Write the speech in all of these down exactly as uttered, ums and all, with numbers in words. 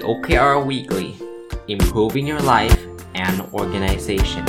โอ เค อาร์ Weekly Improving Your Life and Organization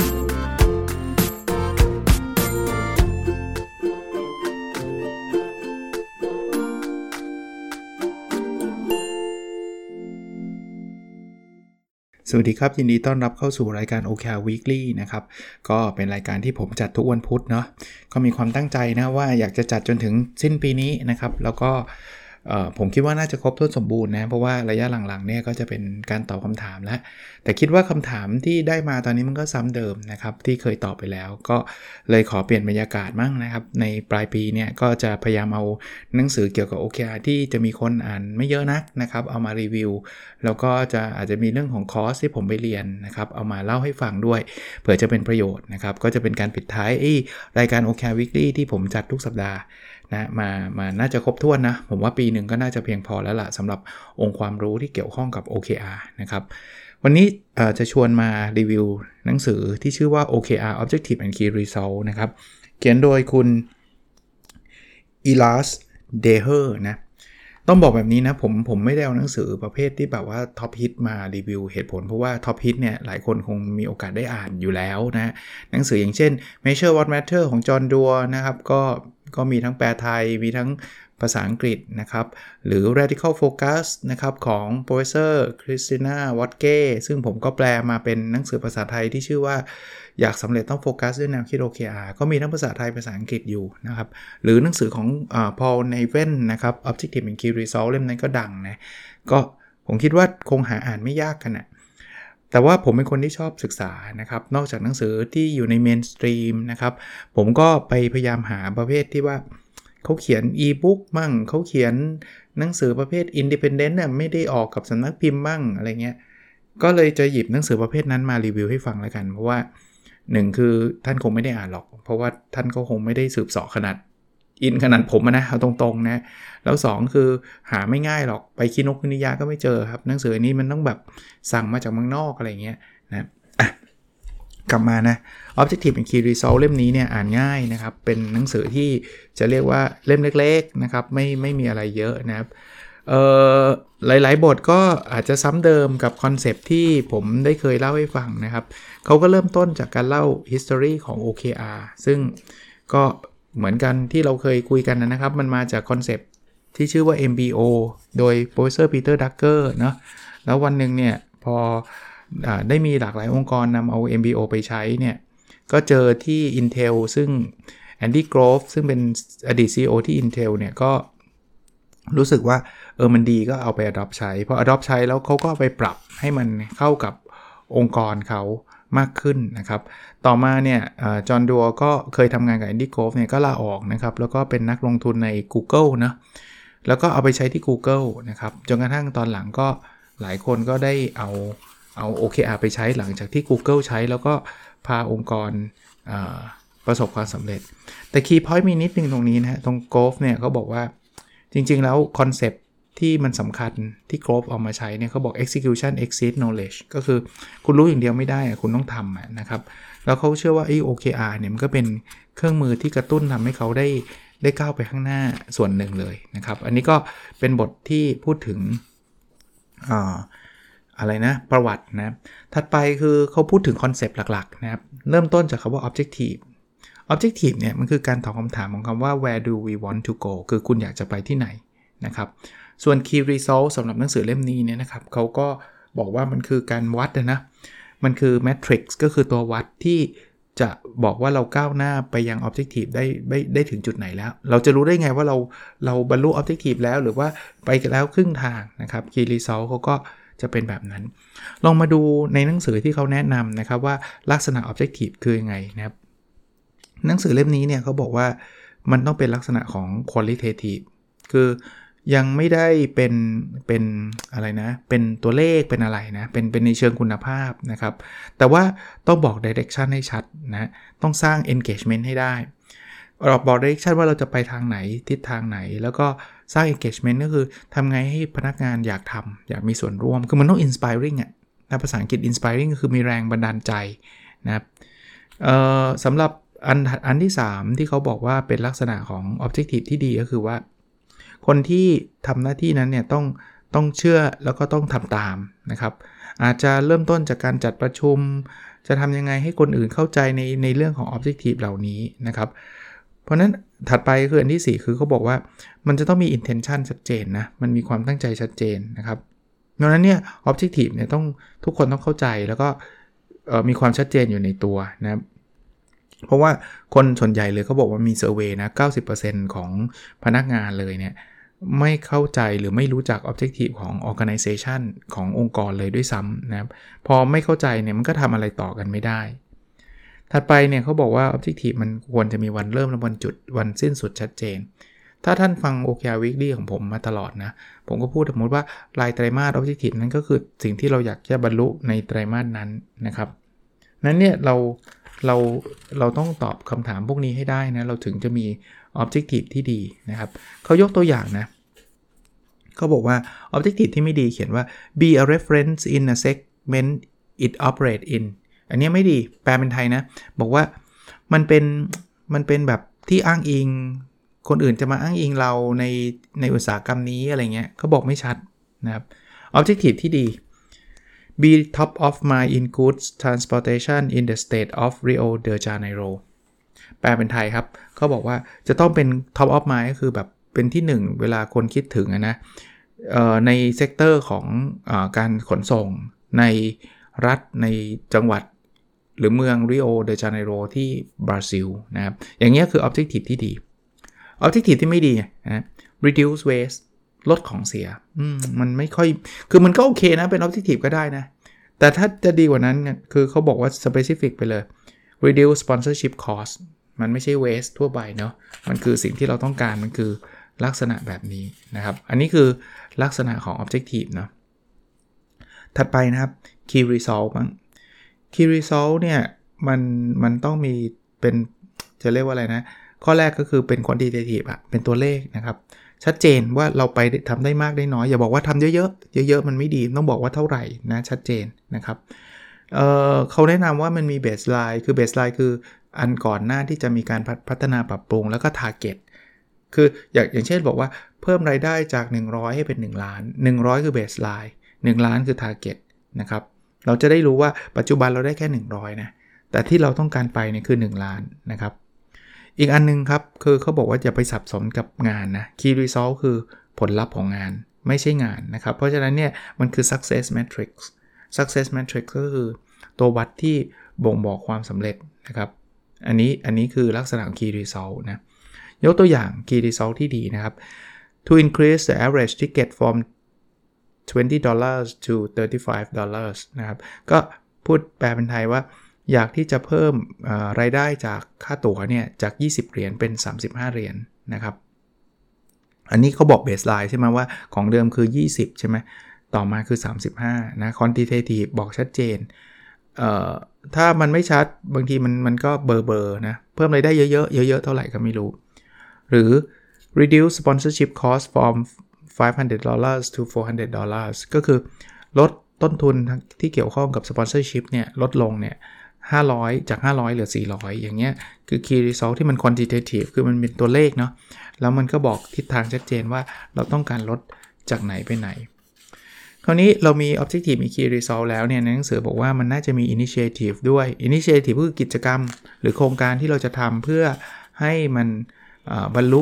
สวัสดีครับยินดีต้อนรับเข้าสู่รายการ โอ เค อาร์ Weekly นะครับก็เป็นรายการที่ผมจัดทุกวันพุธเนาะก็มีความตั้งใจนะว่าอยากจะจัดจนถึงสิ้นปีนี้นะครับแล้วก็ผมคิดว่าน่าจะครบถ้วนสมบูรณ์นะเพราะว่าระยะหลังๆเนี่ยก็จะเป็นการตอบคำถามแล้วแต่คิดว่าคำถามที่ได้มาตอนนี้มันก็ซ้ำเดิมนะครับที่เคยตอบไปแล้วก็เลยขอเปลี่ยนบรรยากาศมั่งนะครับในปลายปีเนี่ยก็จะพยายามเอาหนังสือเกี่ยวกับ โอ เค อาร์ ที่จะมีคนอ่านไม่เยอะนักนะครับเอามารีวิวแล้วก็จะอาจจะมีเรื่องของคอร์สที่ผมไปเรียนนะครับเอามาเล่าให้ฟังด้วยเผื่อจะเป็นประโยชน์นะครับก็จะเป็นการปิดท้ายรายการ โอ เค อาร์ Weekly ที่ผมจัดทุกสัปดาห์นะมามาน่าจะครบถ้วนนะผมว่าปีหนึ่งก็น่าจะเพียงพอแล้วล่ะสำหรับองค์ความรู้ที่เกี่ยวข้องกับ โอ เค อาร์ นะครับวันนี้จะชวนมารีวิวหนังสือที่ชื่อว่า โอ เค อาร์ Objective and Key Results นะครับเขียนโดยคุณอีลาสเดเฮอร์นะต้องบอกแบบนี้นะผมผมไม่ได้เอาหนังสือประเภทที่แบบว่าท็อปฮิตมารีวิวเหตุผลเพราะว่าท็อปฮิตเนี่ยหลายคนคงมีโอกาสได้อ่านอยู่แล้วนะหนังสืออย่างเช่น Measure What Matter ของจอห์นดัวนะครับก็ก็มีทั้งแปลไทยมีทั้งภาษาอังกฤษนะครับหรือ Radical Focus นะครับของ Professor Christina Wodtke ซึ่งผมก็แปลมาเป็นหนังสือภาษาไทยที่ชื่อว่าอยากสำเร็จต้องโฟกัสด้วยแนวคิด โอ เค อาร์ ก็มีทั้งภาษาไทยภาษาอังกฤษอยู่นะครับหรือหนังสือของอ่า Paul Newman นะครับ Objective and Key Results เล่มนั้นก็ดังนะก็ผมคิดว่าคงหาอ่านไม่ยากกันนะแต่ว่าผมเป็นคนที่ชอบศึกษานะครับนอกจากหนังสือที่อยู่ในเมนสตรีมนะครับผมก็ไปพยายามหาประเภทที่ว่าเขาเขียนอีบุ๊กมั่งเขาเขียนหนังสือประเภทอินดิเพนเดนต์น่ะไม่ได้ออกกับสำนักพิมพ์มั่งอะไรเงี้ยก็เลยจะหยิบหนังสือประเภทนั้นมารีวิวให้ฟังแล้วกันเพราะว่าหนึ่งคือท่านคงไม่ได้อ่านหรอกเพราะว่าท่านก็คงไม่ได้สืบเสาะขนาดอินขนาดผมนะเอาตรงๆนะแล้วสองคือหาไม่ง่ายหรอกไปคินกคุนิยะก็ไม่เจอครับหนังสืออันนี้มันต้องแบบสั่งมาจากเมืองนอกอะไรเงี้ยนะกลับมานะ Objective and Key Results เล่มนี้เนี่ยอ่านง่ายนะครับเป็นหนังสือที่จะเรียกว่าเล่มเล็กๆนะครับไม่ไม่มีอะไรเยอะนะครับเอ่อหลายๆบทก็อาจจะซ้ำเดิมกับคอนเซปต์ที่ผมได้เคยเล่าให้ฟังนะครับเขาก็เริ่มต้นจากการเล่า history ของ โอ เค อาร์ ซึ่งก็เหมือนกันที่เราเคยคุยกันนะครับมันมาจากคอนเซปต์ที่ชื่อว่า เอ็ม บี โอ โดย Professor Peter Drucker เนาะแล้ววันหนึ่งเนี่ยพอได้มีหลากหลายองค์กรนำเอา เอ็ม บี โอ ไปใช้เนี่ยก็เจอที่ Intel ซึ่ง Andy Grove ซึ่งเป็นอดีต ซี อี โอ ที่ Intel เนี่ยก็รู้สึกว่าเออมันดีก็เอาไป adopt ใช้พอ adopt ใช้แล้วเขาก็ไปปรับให้มันเข้ากับองค์กรเขามากขึ้นนะครับต่อมาเนี่ยจอห์นดัวก็เคยทำงานกับ Andy Grove เนี่ยก็ลาออกนะครับแล้วก็เป็นนักลงทุนใน Google นะแล้วก็เอาไปใช้ที่ Google นะครับจนกระทั่งตอนหลังก็หลายคนก็ได้เอาเอา โอ เค อาร์ ไปใช้หลังจากที่ Google ใช้แล้วก็พาองค์กรประสบความสำเร็จแต่ Key Point มีนิดนึงตรงนี้นะฮะตรง Grove เนี่ยเขาบอกว่าจริงๆแล้วคอนเซปต์ที่มันสำคัญที่ Grove เอามาใช้เนี่ยเขาบอก execution exceeds knowledge ก็คือคุณรู้อย่างเดียวไม่ได้คุณต้องทำนะครับแล้วเขาเชื่อว่าไอ้ โอ เค อาร์ เนี่ยมันก็เป็นเครื่องมือที่กระตุ้นทำให้เขาได้ได้ก้าวไปข้างหน้าส่วนหนึ่งเลยนะครับอันนี้ก็เป็นบทที่พูดถึงอ่าอะไรนะประวัตินะถัดไปคือเขาพูดถึงคอนเซปต์หลักๆนะครับเริ่มต้นจากคำว่า objective objective เนี่ยมันคือการตอบคำถามของคำว่า where do we want to go คือคุณอยากจะไปที่ไหนนะครับส่วน key result สำหรับหนังสือเล่มนี้เนี่ยนะครับเขาก็บอกว่ามันคือการวัดนะมันคือ matrix ก็คือตัววัดที่จะบอกว่าเราก้าวหน้าไปยัง objective ได้ได้ได้ถึงจุดไหนแล้วเราจะรู้ได้ไงว่าเราเราบรรลุ objective แล้วหรือว่าไปแล้วครึ่งทางนะครับ key result เขาก็จะเป็นแบบนั้นลองมาดูในหนังสือที่เขาแนะนำนะครับว่าลักษณะ objective คือยังไงนะครับหนังสือเล่มนี้เนี่ยเขาบอกว่ามันต้องเป็นลักษณะของ qualitative คือยังไม่ได้เป็นเป็นอะไรนะเป็นตัวเลขเป็นอะไรนะเป็นเป็นในเชิงคุณภาพนะครับแต่ว่าต้องบอก direction ให้ชัดนะต้องสร้าง engagement ให้ได้เราบอก direction ว่าเราจะไปทางไหนทิศทางไหนแล้วก็สร้าง engagement ก็คือทำไงให้พนักงานอยากทำอยากมีส่วนร่วมคือมันต้อง inspiring อ่ะนะภาษาอังกฤษ inspiring ก็คือมีแรงบันดาลใจนะครับเอ่อสำหรับอันอันที่สามที่เขาบอกว่าเป็นลักษณะของ objective ที่ดีก็คือว่าคนที่ทำหน้าที่นั้นเนี่ยต้องต้องเชื่อแล้วก็ต้องทำตามนะครับอาจจะเริ่มต้นจากการจัดประชุมจะทำยังไงให้คนอื่นเข้าใจในในเรื่องของ objective เหล่านี้นะครับเพราะนั้นถัดไปคืออันที่สี่คือเขาบอกว่ามันจะต้องมี intention ชัดเจนนะมันมีความตั้งใจชัดเจนนะครับดังนั้นเนี่ย objective เนี่ยต้องทุกคนต้องเข้าใจแล้วก็มีความชัดเจนอยู่ในตัวนะครับเพราะว่าคนส่วนใหญ่เลยเขาบอกว่ามีเซอร์เวย์นะ เก้าสิบเปอร์เซ็นต์ ของพนักงานเลยเนี่ยไม่เข้าใจหรือไม่รู้จัก objective ของ organization ขององค์กรเลยด้วยซ้ำนะครับพอไม่เข้าใจเนี่ยมันก็ทำอะไรต่อกันไม่ได้ถัดไปเนี่ยเขาบอกว่า objective มันควรจะมีวันเริ่มและวันจุดวันสิ้นสุดชัดเจนถ้าท่านฟัง โอ เค อาร์ Weekly ของผมมาตลอดนะผมก็พูดสมมติว่ารายไตรมาส objective นั้นก็คือสิ่งที่เราอยากจะบรรลุในไตรมาสนั้นนะครับนั้นเนี่ยเราเราเราต้องตอบคำถามพวกนี้ให้ได้นะเราถึงจะมี objective ที่ดีนะครับเขายกตัวอย่างนะเขาบอกว่า objective ที่ไม่ดีเขียนว่า be a reference in a segment it operate in อันนี้ไม่ดีแปลเป็นไทยนะบอกว่ามันเป็นมันเป็นแบบที่อ้างอิงคนอื่นจะมาอ้างอิงเราในในอุตสาหกรรมนี้อะไรเงี้ยเขาบอกไม่ชัดนะครับ objective ที่ดี be top of mind in goods transportation in the state of Rio de Janeiro แปลเป็นไทยครับเขาบอกว่าจะต้องเป็น top of mind ก็คือแบบเป็นที่หนึ่งเวลาคนคิดถึงนะในเซกเตอร์ของเอ่อการขนส่งในรัฐในจังหวัดหรือเมือง Rio de Janeiro ที่บราซิลนะครับอย่างเงี้ยคือ objective ที่ดี objective ที่ไม่ดีนะ reduce waste ลดของเสียมันไม่ค่อยคือมันก็โอเคนะเป็น objective ก็ได้นะแต่ถ้าจะดีกว่านั้นคือเขาบอกว่า specific ไปเลย reduce sponsorship cost มันไม่ใช่ waste ทั่วไปเนาะมันคือสิ่งที่เราต้องการมันคือลักษณะแบบนี้นะครับอันนี้คือลักษณะของ objective เนาะถัดไปนะครับ key result บ้าง key result เนี่ยมันมันต้องมีเป็นจะเรียกว่าอะไรนะข้อแรกก็คือเป็น quantitative อะเป็นตัวเลขนะครับชัดเจนว่าเราไปทำได้มากได้น้อยอย่าบอกว่าทำเยอะๆเยอะๆมันไม่ดีต้องบอกว่าเท่าไหร่นะชัดเจนนะครับเอ่อเขาแนะนำว่ามันมี baseline คือ baseline คืออันก่อนหน้าที่จะมีการพัฒนาปรับปรุงแล้วก็ target คืออย่างอย่างเช่นบอกว่าเพิ่มรายได้จากหนึ่งร้อยให้เป็นหนึ่งล้านหนึ่งร้อยคือ baseline หนึ่งล้านคือ target นะครับเราจะได้รู้ว่าปัจจุบันเราได้แค่หนึ่งร้อยนะแต่ที่เราต้องการไปเนี่ยคือหนึ่งล้านนะครับอีกอันนึงครับคือเขาบอกว่าอย่าไปสับสนกับงานนะ key result คือผลลัพธ์ของงานไม่ใช่งานนะครับเพราะฉะนั้นเนี่ยมันคือ success matrix success matrix ก็คือตัววัดที่บ่งบอกความสำเร็จนะครับอันนี้อันนี้คือลักษณะของ key result นะยกตัวอย่าง key result ที่ดีนะครับ to increase the average ticket from twenty dollars to thirty-five dollars นะครับก็พูดแปลเป็นไทยว่าอยากที่จะเพิ่มรายได้จากค่าตั๋วเนี่ยจากยี่สิบเหรียญเป็นสามสิบห้าเหรียญนะครับอันนี้เขาบอกเบสไลน์ใช่ไหมว่าของเดิมคือยี่สิบใช่ไหมต่อมาคือสามสิบห้านะ quantitative บอกชัดเจนเอ่อถ้ามันไม่ชัดบางทีมันมันก็เบอร์เบอร์นะเพิ่มรายได้เยอะๆเยอะๆเท่าไหร่ก็ไม่รู้หรือ reduce sponsorship cost from five hundred dollars to four hundred dollars ก็คือลดต้นทุนที่เกี่ยวข้องกับ sponsorship เนี่ยลดลงเนี่ยห้าร้อยจากห้าร้อยเหลือสี่ร้อยอย่างเงี้ยคือ key result ที่มัน quantitative คือมันเป็นตัวเลขเนาะแล้วมันก็บอกทิศทางชัดเจนว่าเราต้องการลดจากไหนไปไหนคราวนี้เรามี objective มี key result แล้วเนี่ยในหนังสือบอกว่ามันน่าจะมี initiative ด้วย initiative คือกิจกรรมหรือโครงการที่เราจะทำเพื่อให้มันบรรลุ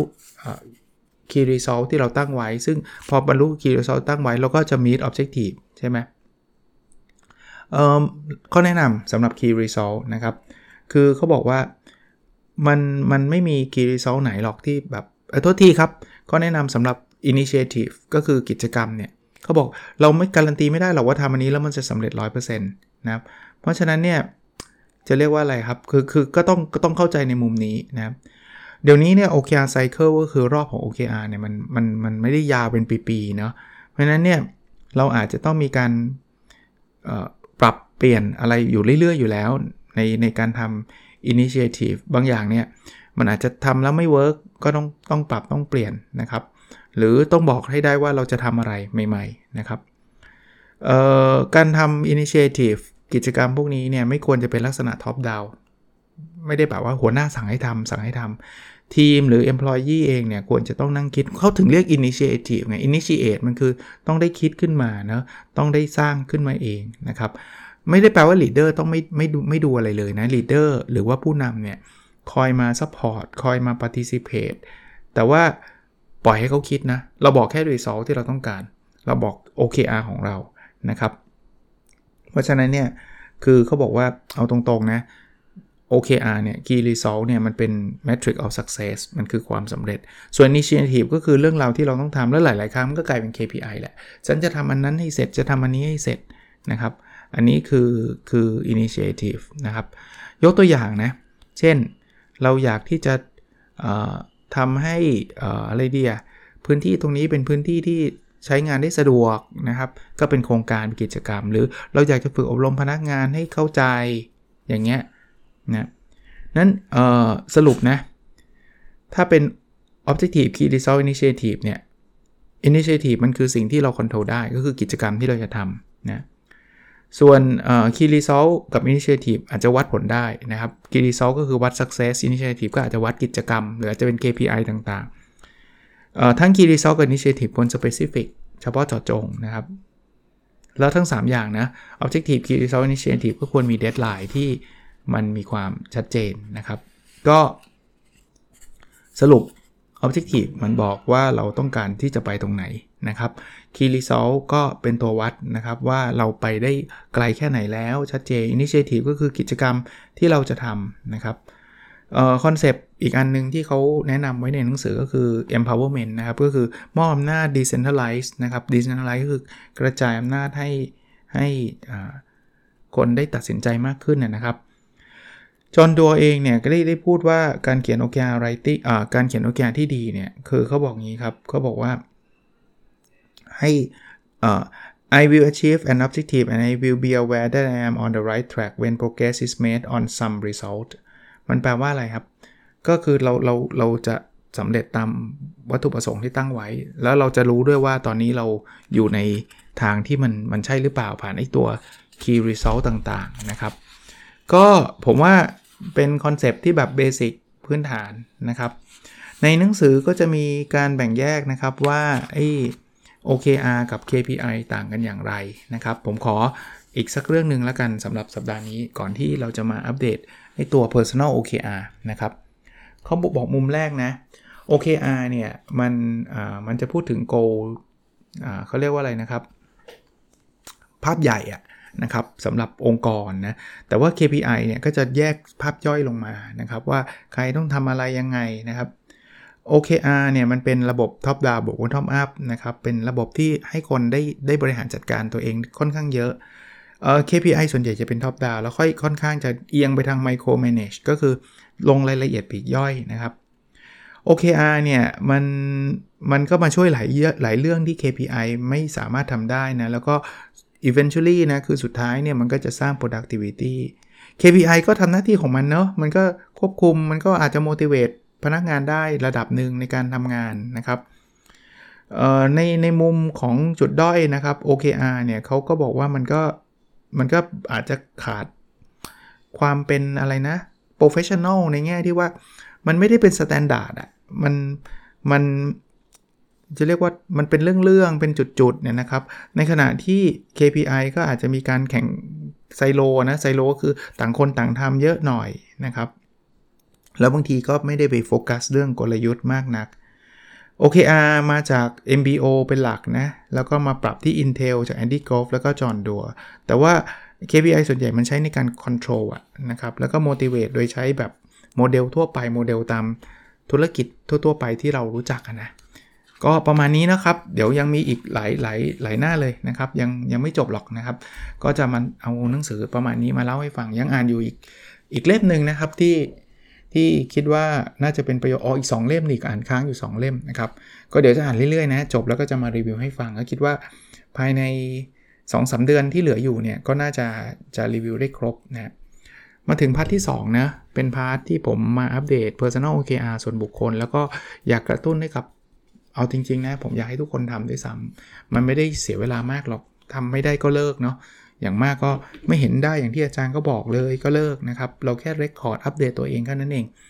key result ที่เราตั้งไว้ซึ่งพอบรรลุ key result ตั้งไว้เราก็จะ meet objective ใช่ไหมเอ่อข้อแนะนำสำหรับ key result นะครับคือเขาบอกว่ามันมันไม่มี key result ไหนหรอกที่แบบเออโทษทีครับข้อแนะนำสำหรับ initiative ก็คือกิจกรรมเนี่ยเขาบอกเราไม่การันตีไม่ได้หรอกว่าทำอันนี้แล้วมันจะสำเร็จ หนึ่งร้อยเปอร์เซ็นต์ นะครับเพราะฉะนั้นเนี่ยจะเรียกว่าอะไรครับคือคือก็ต้องก็ต้องเข้าใจในมุมนี้นะครับเดี๋ยวนี้เนี่ย โอ เค อาร์ cycle ก็คือรอบของ โอ เค อาร์ เนี่ยมันมันมันไม่ได้ยาวเป็นปีๆเนาะเพราะฉะนั้นเนี่ยเราอาจจะต้องมีการเอ่อปรับเปลี่ยนอะไรอยู่เรื่อยๆอยู่แล้วในในการทำ initiative บางอย่างเนี่ยมันอาจจะทำแล้วไม่เวิร์กก็ต้องต้องปรับต้องเปลี่ยนนะครับหรือต้องบอกให้ได้ว่าเราจะทำอะไรใหม่ๆนะครับเอ่อการทำ initiative กิจกรรมพวกนี้เนี่ยไม่ควรจะเป็นลักษณะ top down ไม่ได้แบบว่าหัวหน้าสั่งให้ทำสั่งให้ททีมหรือ employee เองเนี่ยควรจะต้องนั่งคิดเขาถึงเรียก initiative ไง initiate มันคือต้องได้คิดขึ้นมาเนาะต้องได้สร้างขึ้นมาเองนะครับไม่ได้แปลว่า leader ต้องไม่ไม่ดูไม่ดูอะไรเลยนะ leader หรือว่าผู้นำเนี่ยคอยมา support คอยมา participate แต่ว่าปล่อยให้เขาคิดนะเราบอกแค่ result ที่เราต้องการเราบอก โอ เค อาร์ ของเรานะครับเพราะฉะนั้นเนี่ยคือเขาบอกว่าเอาตรงๆนะ โอ เค อาร์ เนี่ย Key Result เนี่ยมันเป็น Metric of Success มันคือความสำเร็จส่วน Initiative ก็คือเรื่องราวที่เราต้องทำแล้วหลายๆครั้งมันก็กลายเป็น เค พี ไอ แหละฉันจะทำอันนั้นให้เสร็จจะทำอันนี้ให้เสร็จนะครับอันนี้คือคือ Initiative นะครับยกตัวอย่างนะเช่นเราอยากที่จะทำให้อะไรดีอะพื้นที่ตรงนี้เป็นพื้นที่ที่ใช้งานได้สะดวกนะครับก็เป็นโครงการเป็นกิจกรรมหรือเราอยากจะฝึกอบรมพนักงานให้เข้าใจอย่างเงี้ยนะนั้นสรุปนะถ้าเป็น Objective Key Result Initiative เนี่ย Initiative มันคือสิ่งที่เรา control ได้ก็คือกิจกรรมที่เราจะทำนะส่วน Key Result กับ Initiative อาจจะวัดผลได้นะครับ Key Result ก็คือวัด Success Initiative ก็อาจจะวัดกิจกรรมหรืออาจจะเป็น เค พี ไอ ต่างๆทั้ง Key Result กับ Initiative ควร Specific เฉพาะเจาะจงนะครับแล้วทั้งสามอย่างนะ Objective Key Result Initiative ก็ควรมี Deadline ที่มันมีความชัดเจนนะครับก็สรุป Objective มันบอกว่าเราต้องการที่จะไปตรงไหนนะครับ Key Result ก็เป็นตัววัดนะครับว่าเราไปได้ไกลแค่ไหนแล้วชัดเจน Initiative ก็คือกิจกรรมที่เราจะทำนะครับเอ่อคอนเซปต์อีกอันนึงที่เขาแนะนำไว้ในหนังสือก็คือ empowerment นะครับก็คือมอบอำนาจ decentralize นะครับ decentralize ก็คือกระจายอำนาจให้ให้อ่าคนได้ตัดสินใจมากขึ้นนะครับจอห์นดัวเองเนี่ยก็ได้ได้พูดว่าการเขียน โอ เค อาร์ writing อ่าการเขียน โอ เค อาร์ ที่ดีเนี่ยคือเขาบอกงี้ครับเขาบอกว่าให้อ่า I will achieve an objective and I will be aware that I am on the right track when progress is made on some result มันแปลว่าอะไรครับก็คือเราเราเราจะสำเร็จตามวัตถุประสงค์ที่ตั้งไว้แล้วเราจะรู้ด้วยว่าตอนนี้เราอยู่ในทางที่มันมันใช่หรือเปล่าผ่านไอ้ตัว key result ต่างๆนะครับก็ผมว่าเป็นคอนเซปต์ที่แบบเบสิกพื้นฐานนะครับในหนังสือก็จะมีการแบ่งแยกนะครับว่าไอ้ โอ เค อาร์ กับ เค พี ไอ ต่างกันอย่างไรนะครับผมขออีกสักเรื่องนึงแล้วกันสำหรับสัปดาห์นี้ก่อนที่เราจะมาอัปเดตไอ้ตัว Personal โอ เค อาร์ นะครับเขาบอกมุมแรกนะ โอ เค อาร์ เนี่ยมันอ่ามันจะพูดถึง goal อ่าเขาเรียกว่าอะไรนะครับภาพใหญ่อะนะครับสำหรับองค์กรนะแต่ว่า เค พี ไอ เนี่ยก็จะแยกภาพย่อยลงมานะครับว่าใครต้องทำอะไรยังไงนะครับ โอ เค อาร์ เนี่ยมันเป็นระบบ top down บวก bottom up นะครับเป็นระบบที่ให้คนได้ได้บริหารจัดการตัวเองค่อนข้างเยอะเอ่อ เค พี ไอ ส่วนใหญ่จะเป็น top down แล้วค่อยค่อนข้างจะเอียงไปทาง micro manage ก็คือลงรายละเอียดปลีกย่อยนะครับ โอ เค อาร์ เนี่ยมันมันก็มาช่วยหลายหลายเรื่องที่ เค พี ไอ ไม่สามารถทำได้นะแล้วก็eventually นะคือสุดท้ายเนี่ยมันก็จะสร้าง productivity เค พี ไอ ก็ทำหน้าที่ของมันเนาะมันก็ควบคุมมันก็อาจจะ motivate พนักงานได้ระดับหนึ่งในการทำงานนะครับเอ่อในในมุมของจุดด้อยนะครับ โอ เค อาร์ เนี่ยเขาก็บอกว่ามันก็มันก็อาจจะขาดความเป็นอะไรนะ professional ในแง่ที่ว่ามันไม่ได้เป็น standard อ่ะมันมันจะเรียกว่ามันเป็นเรื่องๆเป็นจุดๆเนี่ยนะครับในขณะที่ เค พี ไอ ก็อาจจะมีการแข่งไซโลนะไซโลก็คือต่างคนต่างทำเยอะหน่อยนะครับแล้วบางทีก็ไม่ได้ไปโฟกัสเรื่องกลยุทธ์มากนัก โอ เค อาร์ มาจาก เอ็ม บี โอ เป็นหลักนะแล้วก็มาปรับที่ Intel จาก Andy Grove แล้วก็ John Doerr แต่ว่า เค พี ไอ ส่วนใหญ่มันใช้ในการ control อะนะครับแล้วก็ motivate โดยใช้แบบโมเดลทั่วไปโมเดลตามธุรกิจทั่วๆไปที่เรารู้จักนะก็ประมาณนี้นะครับเดี๋ยวยังมีอีกหลายหลายหลายหน้าเลยนะครับยังยังไม่จบหรอกนะครับก็จะมาเอาหนังสือประมาณนี้มาเล่าให้ฟังยังอ่านอยู่อีกอีกเล่มนึงนะครับที่ที่คิดว่าน่าจะเป็นประโยชน์อ๋ออีกสองเล่มนี่อ่านค้างอยู่สองเล่มนะครับก็เดี๋ยวจะอ่านเรื่อยๆนะจบแล้วก็จะมารีวิวให้ฟังก็คิดว่าภายใน สองถึงสาม เดือนที่เหลืออยู่เนี่ยก็น่าจะจะรีวิวได้ครบนะมาถึงพาร์ทที่สองนะเป็นพาร์ทที่ผมมาอัปเดต Personal โอ เค อาร์ ส่วนบุคคลแล้วก็อยากกระตุ้นให้กับเอาจริงๆนะผมอยากให้ทุกคนทำด้วยซ้ำมันไม่ได้เสียเวลามากหรอกทำไม่ได้ก็เลิกเนาะอย่างมากก็ไม่เห็นได้อย่างที่อาจารย์ก็บอกเลยก็เลิกนะครับเราแค่เรคคอร์ดอัปเดตตัวเองแค่นั้นเอง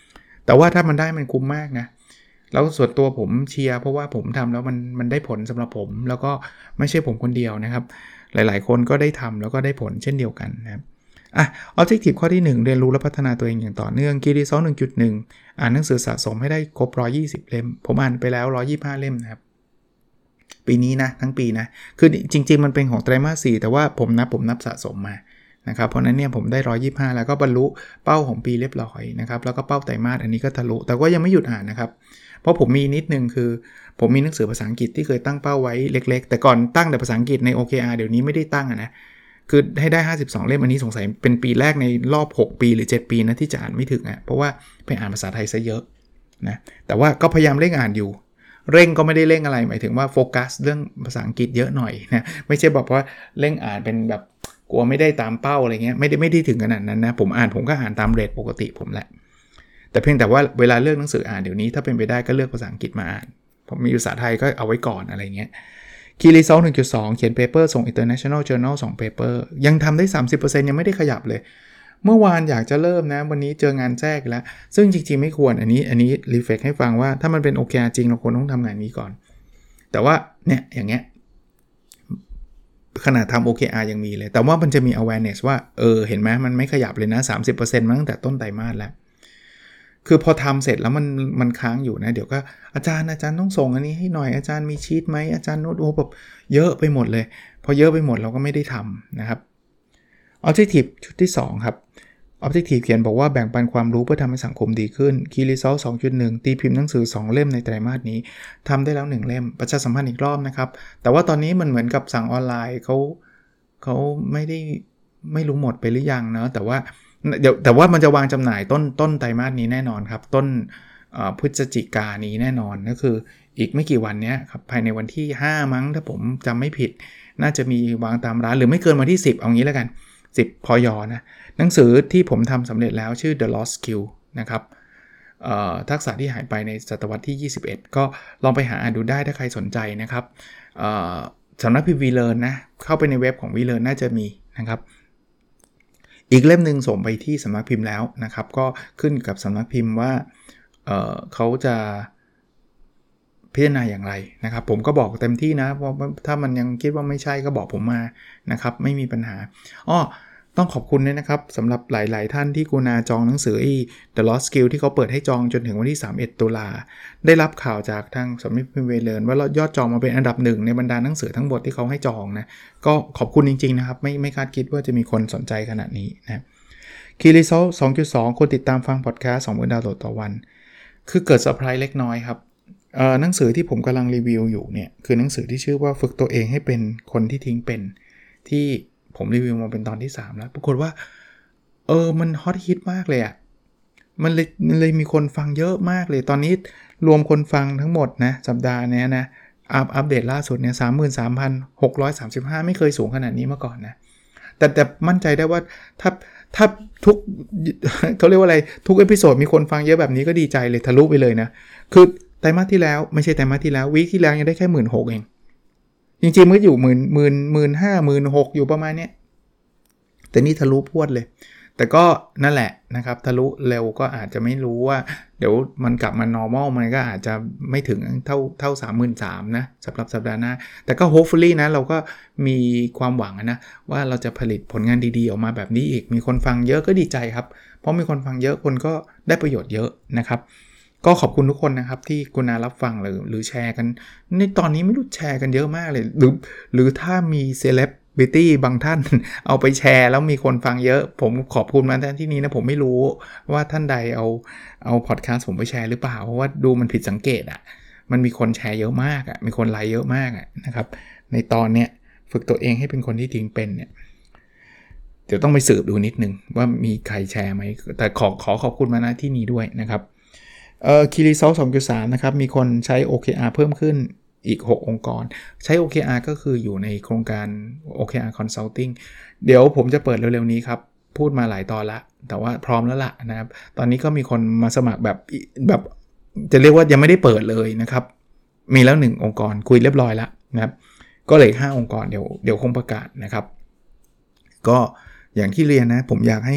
แต่ว่าถ้ามันได้มันคุ้มมากนะแล้วส่วนตัวผมเชียร์เพราะว่าผมทำแล้วมันมันได้ผลสำหรับผมแล้วก็ไม่ใช่ผมคนเดียวนะครับหลายๆคนก็ได้ทำแล้วก็ได้ผลเช่นเดียวกันนะครับอ่ะ Objective ข้อที่หนึ่งเรียนรู้และพัฒนาตัวเองอย่างต่อเนื่อง Key Result หนึ่งจุดหนึ่ง อ่านหนังสือสะสมให้ได้ครบหนึ่งร้อยยี่สิบเล่มผมอ่านไปแล้วหนึ่งร้อยยี่สิบห้าเล่มนะครับปีนี้นะทั้งปีนะคือจริงๆมันเป็นของไตรมาสสี่แต่ว่าผมนับผมนับสะสมมานะครับเพราะนั้นเนี่ยผมได้หนึ่งร้อยยี่สิบห้าแล้วก็บรรลุเป้าของปีเรียบร้อยนะครับแล้วก็เป้าไตรมาสอันนี้ก็ทะลุแต่ก็ยังไม่หยุดอ่านนะครับเพราะผมมีนิดนึงคือผมมีหนังสือภาษาอังกฤษที่เคยตั้งเป้าไว้เล็กๆแต่ก่อนตั้งแต่ภาษาอังกฤษใน โอ เค อาร์ เดี๋ยวนี้ไม่ได้ตั้งนะคือให้ได้ห้าสิบสองเล่มอันนี้สงสัยเป็นปีแรกในรอบหกปีหรือเจ็ดปีนะที่จะอ่านไม่ถึงอ่ะเพราะว่าไปอ่านภาษาไทยซะเยอะนะแต่ว่าก็พยายามเร่งอ่านอยู่เร่งก็ไม่ได้เร่งอะไรหมายถึงว่าโฟกัสเรื่องภาษาอังกฤษเยอะหน่อยนะไม่ใช่บอกว่าเร่งอ่านเป็นแบบกลัวไม่ได้ตามเป้าอะไรเงี้ยไม่ได้ไม่ได้ถึงขนาดนั้นนะผมอ่านผมก็อ่านตามเรทปกติผมแหละแต่เพียงแต่ว่าเวลาเลือกหนังสืออ่านเดี๋ยวนี้ถ้าเป็นไปได้ก็เลือกภาษาอังกฤษมาอ่านผมมีภาษาไทยก็เอาไว้ก่อนอะไรเงี้ยKey Result หนึ่งจุดสอง เขียนเปเปอร์ส่ง International Journal สองเปเปอร์ยังทำได้ สามสิบเปอร์เซ็นต์ ยังไม่ได้ขยับเลยเมื่อวานอยากจะเริ่มนะวันนี้เจองานแทรกแล้วซึ่งจริงๆไม่ควรอันนี้อันนี้รีเฟล็กให้ฟังว่าถ้ามันเป็น โอ เค อาร์ จริงเราควรต้องทำงานนี้ก่อนแต่ว่าเนี่ยอย่างเงี้ยขนาดทำ โอ เค อาร์ ยังมีเลยแต่ว่ามันจะมี awareness ว่าเออเห็นไหมมันไม่ขยับเลยนะ สามสิบเปอร์เซ็นต์ มาตั้งแต่ต้นไตรมาสแล้วคือพอทำเสร็จแล้วมันมันค้างอยู่นะเดี๋ยวก็อาจารย์อาจารย์ต้องส่งอันนี้ให้หน่อยอาจารย์มีชีทไหมอาจารย์โน้ตโอ้แบบเยอะไปหมดเลยพอเยอะไปหมดเราก็ไม่ได้ทำนะครับ Objective ชุดที่สองครับ Objective เขียนบอกว่าแบ่งปันความรู้เพื่อทำให้สังคมดีขึ้น Key Result สองจุดหนึ่ง ตีพิมพ์หนังสือสองเล่มในไตรมาสนี้ทำได้แล้วหนึ่งเล่มประชาสัมพันธ์อีกรอบนะครับแต่ว่าตอนนี้มันเหมือนกับสั่งออนไลน์เขาเขาไม่ได้ไม่รู้หมดไปหรือยังเนาะแต่ว่าเดี๋ยวแต่ว่ามันจะวางจำหน่ายต้นต้นไตรมาสนี้แน่นอนครับต้นพฤศจิกายนนี้แน่นอนก็คืออีกไม่กี่วันนี้ครับภายในวันที่ห้ามั้งถ้าผมจำไม่ผิดน่าจะมีวางตามร้านหรือไม่เกินวันที่สิบเอางี้แล้วกันสิบพยนะหนังสือที่ผมทำสำเร็จแล้วชื่อ The Lost Skill นะครับทักษะที่หายไปในศตวรรษที่ยี่สิบเอ็ดก็ลองไปหาอ่านดูได้ถ้าใครสนใจนะครับสำนักพิมพ์ VLearn นะเข้าไปในเว็บของ VLearn น่าจะมีนะครับอีกเล่มนึงส่งไปที่สำนักพิมพ์แล้วนะครับก็ขึ้นกับสำนักพิมพ์ว่า เอ่อ เขาจะพิจารณาอย่างไรนะครับผมก็บอกเต็มที่นะว่าถ้ามันยังคิดว่าไม่ใช่ก็บอกผมมานะครับไม่มีปัญหาอ้อต้องขอบคุณด้วยนะครับสำหรับหลายๆท่านที่กรุณาจองหนังสือ The Lost Skill ที่เขาเปิดให้จองจนถึงวันที่สามสิบเอ็ดตุลาได้รับข่าวจากทางสำนักพิมพ์ VLearn ว่ายอดจองมาเป็นอันดับหนึ่งในบรรดาหนังสือทั้งหมดที่เขาให้จองนะก็ขอบคุณจริงๆนะครับไม่ไม่คาดคิดว่าจะมีคนสนใจขนาดนี้นะ Key Result สองจุดสอง คนติดตามฟังพอดแคสต์ สองหมื่น ดาวน์โหลดต่อวันคือเกิดเซอร์ไพรส์เล็กน้อยครับเอ่อหนังสือที่ผมกำลังรีวิวอยู่เนี่ยคือหนังสือที่ชื่อว่าฝึกตัวเองให้เป็นคนที่ทิ้งเป็นที่ผมรีวิวมาเป็นตอนที่สามแล้วปรากฏว่าเออมันฮอตฮิตมากเลยอ่ะมันเลยมันเลยมีคนฟังเยอะมากเลยตอนนี้รวมคนฟังทั้งหมดนะสัปดาห์นี้นะอัปอัปเดตล่าสุดเนี่ย สามหมื่นสามพันหกร้อยสามสิบห้า ไม่เคยสูงขนาดนี้มาก่อนนะแต่แต่มั่นใจได้ว่าถ้าถ้าทุกเขาเรียกว่าอะไรทุกเอพิโซดมีคนฟังเยอะแบบนี้ก็ดีใจเลยทะลุไปเลยนะคือไตรมาสที่แล้วไม่ใช่ไตรมาสที่แล้ววีคที่แล้วยังได้แค่ หนึ่งหมื่นหกพัน เองจริงๆมันก็อยู่หมื่นหมื่นหมื่นห้าหมื่นหกอยู่ประมาณเนี้ยแต่นี่ทะลุพรวดเลยแต่ก็นั่นแหละนะครับทะลุเร็วก็อาจจะไม่รู้ว่าเดี๋ยวมันกลับมา normal มันก็อาจจะไม่ถึงเท่าเท่า สามหมื่นสามพัน นะสำหรับสัปดาห์หน้าแต่ก็ hopefully นะเราก็มีความหวังนะว่าเราจะผลิตผลงานดีๆออกมาแบบนี้อีกมีคนฟังเยอะก็ดีใจครับเพราะมีคนฟังเยอะคนก็ได้ประโยชน์เยอะนะครับก็ขอบคุณทุกคนนะครับที่กรุณารับฟังหรือหรือแชร์กันในตอนนี้ไม่รู้แชร์กันเยอะมากเลยหรือหรือถ้ามีเซเลบบิตี้บางท่านเอาไปแชร์แล้วมีคนฟังเยอะผมขอบคุณมาท่านที่นี้นะผมไม่รู้ว่าท่านใดเอาเอาพอดแคสต์ผมไปแชร์หรือเปล่าเพราะว่าดูมันผิดสังเกตอ่ะมันมีคนแชร์เยอะมากอ่ะมีคนไลค์เยอะมากอ่ะนะครับในตอนเนี้ยฝึกตัวเองให้เป็นคนที่ทิ้งเป็นเนี่ยเดี๋ยวต้องไปสืบดูนิดนึงว่ามีใครแชร์ไหมแต่ขอขอขอบคุณมาณที่นี้ด้วยนะครับเอ่อ Key Result สองจุดสาม นะครับมีคนใช้ โอ เค อาร์ เพิ่มขึ้นอีกหกองค์กรใช้ โอ เค อาร์ ก็คืออยู่ในโครงการ โอ เค อาร์ Consulting เดี๋ยวผมจะเปิดเร็วๆนี้ครับพูดมาหลายตอนละแต่ว่าพร้อมแล้วล่ะนะครับตอนนี้ก็มีคนมาสมัครแบบแบบจะเรียกว่ายังไม่ได้เปิดเลยนะครับมีแล้วหนึ่งองค์กรคุยเรียบร้อยแล้วนะครับก็เหลือห้าองค์กรเดี๋ยวเดี๋ยวคงประกาศนะครับก็อย่างที่เรียนนะผมอยากให้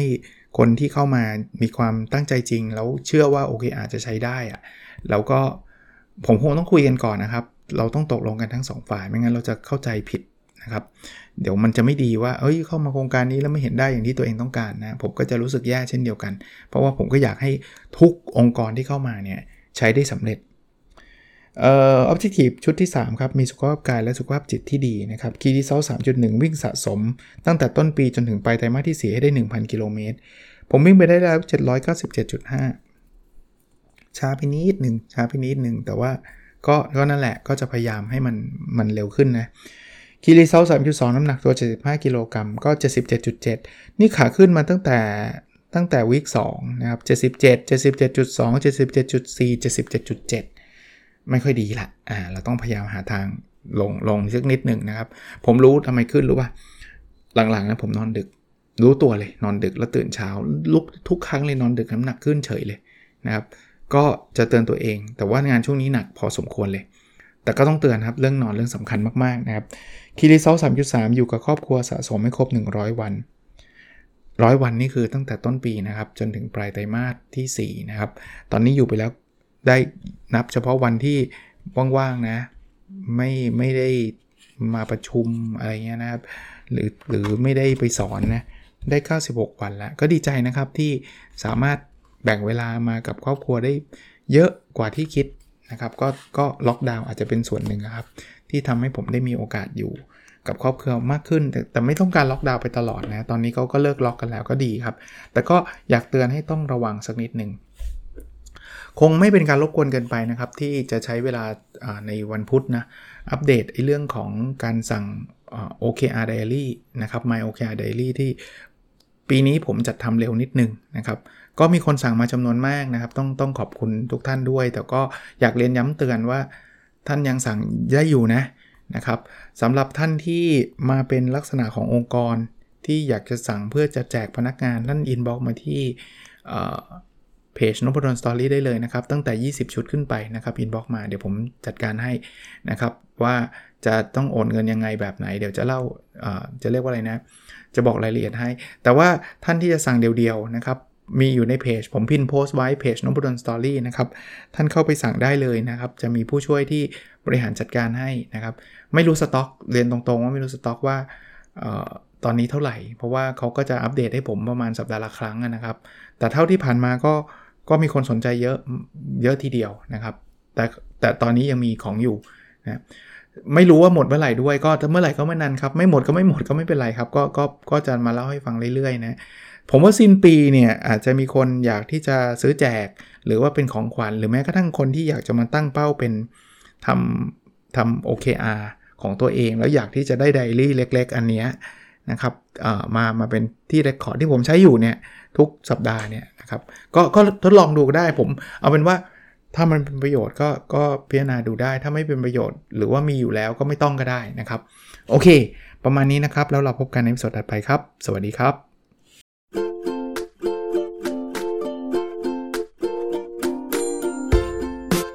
คนที่เข้ามามีความตั้งใจจริงแล้วเชื่อว่า โอ เค อาร์ จะใช้ได้อะแล้วก็ผมคงต้องคุยกันก่อนนะครับเราต้องตกลงกันทั้งสองฝ่ายไม่งั้นเราจะเข้าใจผิดนะครับเดี๋ยวมันจะไม่ดีว่าเอ้ยเข้ามาโครงการนี้แล้วไม่เห็นได้อย่างที่ตัวเองต้องการนะผมก็จะรู้สึกแย่เช่นเดียวกันเพราะว่าผมก็อยากให้ทุกองค์กรที่เข้ามาเนี่ยใช้ได้สำเร็จเอ่อ objective ชุดที่สามครับมีสุขภาพกายและสุขภาพจิตที่ดีนะครับ Key Result สามจุดหนึ่ง วิ่งสะสมตั้งแต่ต้นปีจนถึงปลายไตรมาสที่สี่ให้ได้ หนึ่งพัน กิโลเมตรผมวิ่งไปได้แล้ว เจ็ดร้อยเก้าสิบเจ็ดจุดห้า ช้าไปนิดนึงช้าไปนิดนึงแต่ว่าก็ก็นั่นแหละก็จะพยายามให้มันมันเร็วขึ้นนะKey Result สามจุดสอง น้ำหนักตัวเจ็ดสิบห้ากิโลกรัมก็ เจ็ดสิบเจ็ดจุดเจ็ด นี่ขาขึ้นมาตั้งแต่ตั้งแต่วีคสองนะครับเจ็ดสิบเจ็ด เจ็ดสิบเจ็ดจุดสอง เจ็ดสิบเจ็ดจุดสี่ เจ็ดสิบเจ็ดจุดเจ็ด ไม่ค่อยดีละอ่าเราต้องพยายามหาทางลงลงสักนิดหนึ่งนะครับผมรู้ทำไมขึ้นรู้ป่ะหลังๆนะผมนอนดึกรู้ตัวเลยนอนดึกแล้วตื่นเช้าลุกทุกครั้งเลยนอนดึกน้ำหนักขึ้นเฉยเลยนะครับก็จะเตือนตัวเองแต่ว่างานช่วงนี้หนักพอสมควรเลยแต่ก็ต้องเตือนครับเรื่องนอนเรื่องสำคัญมากๆนะครับKey Result สามจุดสาม อยู่กับครอบครัวสะสมให้ครบหนึ่งร้อยวันหนึ่งร้อยวันนี่คือตั้งแต่ต้นปีนะครับจนถึงปลายไตรมาสที่สี่นะครับตอนนี้อยู่ไปแล้วได้นับเฉพาะวันที่ว่างๆนะไม่ไม่ได้มาประชุมอะไรเงี้ยนะครับหรือหรือไม่ได้ไปสอนนะได้เก้าสิบหกวันแล้วก็ดีใจนะครับที่สามารถแบ่งเวลามากับครอบครัวได้เยอะกว่าที่คิดนะครับก็ก็ล็อกดาวน์อาจจะเป็นส่วนหนึ่งครับที่ทำให้ผมได้มีโอกาสอยู่กับครอบครัวมากขึ้นแต่แต่ไม่ต้องการล็อกดาวน์ไปตลอดนะตอนนี้เขาก็เลิกล็อกกันแล้วก็ดีครับแต่ก็อยากเตือนให้ต้องระวังสักนิดนึงคงไม่เป็นการรบกวนเกินไปนะครับที่จะใช้เวลาในวันพุธนะอัปเดตไอ้เรื่องของการสั่ง โอ เค อาร์ Diary นะครับ My โอ เค อาร์ Diary ที่ปีนี้ผมจัดทำเร็วนิดนึงนะครับก็มีคนสั่งมาจำนวนมากนะครับต้องต้องขอบคุณทุกท่านด้วยแต่ก็อยากเรียนย้ำเตือนว่าท่านยังสั่งได้อยู่นะนะครับสำหรับท่านที่มาเป็นลักษณะขององค์กรที่อยากจะสั่งเพื่อจะแจกพนักงานท่านอินบ็อกซ์มาที่เพจ Nopadon Story ได้เลยนะครับตั้งแต่ยี่สิบชุดขึ้นไปนะครับอินบ็อกซ์มาเดี๋ยวผมจัดการให้นะครับว่าจะต้องโอนเงินยังไงแบบไหนเดี๋ยวจะเล่าจะเรียกว่าอะไรนะจะบอกรายละเอียดให้แต่ว่าท่านที่จะสั่งเดียวๆนะครับมีอยู่ในเพจผมพินโพสต์ไว้เพจ Nopadon Story นะครับท่านเข้าไปสั่งได้เลยนะครับจะมีผู้ช่วยที่บริหารจัดการให้นะครับไม่รู้สต็อกเรียนตรงๆว่าไม่รู้สต็อกว่าตอนนี้เท่าไหร่เพราะว่าเขาก็จะอัปเดตให้ผมประมาณสัปดาห์ละครั้งนะครับแต่เท่าที่ผ่านมาก็ก็มีคนสนใจเยอะเยอะทีเดียวนะครับแต่แต่ตอนนี้ยังมีของอยู่นะไม่รู้ว่าหมดเมื่อไหร่ด้วยก็เมื่อไหร่ก็ไม่นานครับไม่หมดก็ไม่หมดก็ไม่เป็นไรครับก็ก็ก็จะมาเล่าให้ฟังเรื่อยๆนะผมว่าสิ้นปีเนี่ยอาจจะมีคนอยากที่จะซื้อแจกหรือว่าเป็นของขวัญหรือแม้กระทั่งคนที่อยากจะมาตั้งเป้าเป็นทำทำ โอ เค อาร์ ของตัวเองแล้วอยากที่จะได้ไดอารี่เล็กๆอันเนี้ยนะครับมามาเป็นที่เรคคอร์ดที่ผมใช้อยู่เนี่ยทุกสัปดาห์เนี่ยนะครับก็ก็ทดลองดูก็ได้ผมเอาเป็นว่าถ้ามันเป็นประโยชน์ก็ก็พิจารณาดูได้ถ้าไม่เป็นประโยชน์หรือว่ามีอยู่แล้วก็ไม่ต้องก็ได้นะครับโอเคประมาณนี้นะครับแล้วเราพบกันในตอนถัดไปครับสวัสดีครับ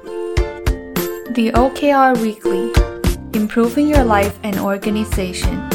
The โอ เค อาร์ Weekly Improving Your Life and Organization